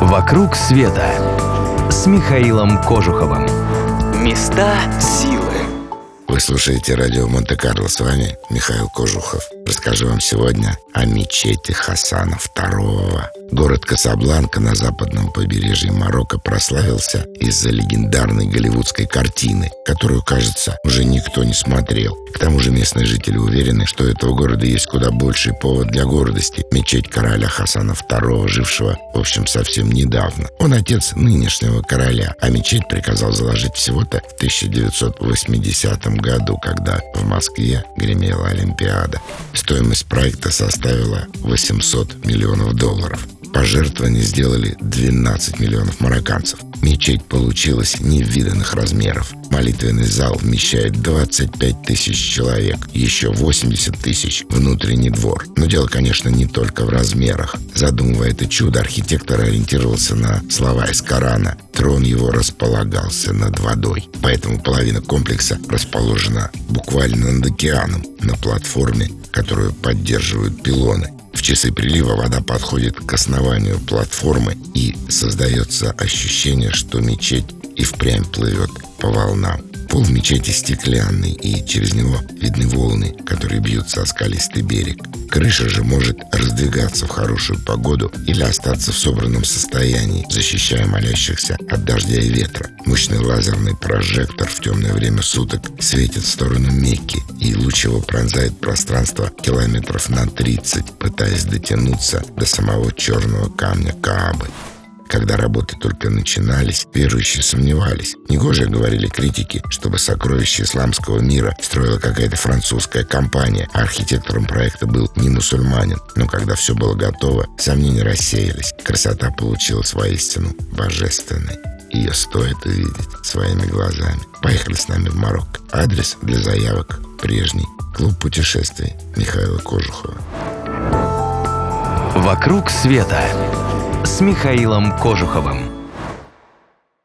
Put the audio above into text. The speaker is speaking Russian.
«Вокруг света» с Михаилом Кожуховым. Места силы. Вы слушаете радио Монте-Карло. С вами Михаил Кожухов. Расскажу вам сегодня о мечети Хасана II. Город Касабланка на западном побережье Марокко прославился из-за легендарной голливудской картины, которую, кажется, уже никто не смотрел. К тому же местные жители уверены, что у этого города есть куда больший повод для гордости. Мечеть короля Хасана II, жившего, в общем, совсем недавно. Он отец нынешнего короля, а мечеть приказал заложить всего-то в 1980 году, когда в Москве гремела Олимпиада. Стоимость проекта составила $800 миллионов. Пожертвования сделали 12 миллионов марокканцев. Мечеть получилась невиданных размеров. Молитвенный зал вмещает 25 тысяч человек, еще 80 тысяч внутренний двор. Но дело, конечно, не только в размерах. Задумывая это чудо, архитектор ориентировался на слова из Корана. Трон его располагался над водой. Поэтому половина комплекса расположена буквально над океаном, на платформе, которую поддерживают пилоны. В часы прилива вода подходит к основанию платформы, и создается ощущение, что мечеть и впрямь плывет по волнам. Пол в мечети стеклянный, и через него видны волны, которые бьются о скалистый берег. Крыша же может раздвигаться в хорошую погоду или остаться в собранном состоянии, защищая молящихся от дождя и ветра. Мощный лазерный прожектор в темное время суток светит в сторону Мекки, и луч его пронзает пространство километров на 30, пытаясь дотянуться до самого черного камня Каабы. Когда работы только начинались, верующие сомневались. Негоже, говорили критики, чтобы сокровища исламского мира строила какая-то французская компания, а архитектором проекта был не мусульманин. Но когда все было готово, сомнения рассеялись. Красота получилась воистину божественной. Ее стоит увидеть своими глазами. Поехали с нами в Марокко. Адрес для заявок прежний. Клуб путешествий Михаила Кожухова. «Вокруг света» с Михаилом Кожуховым.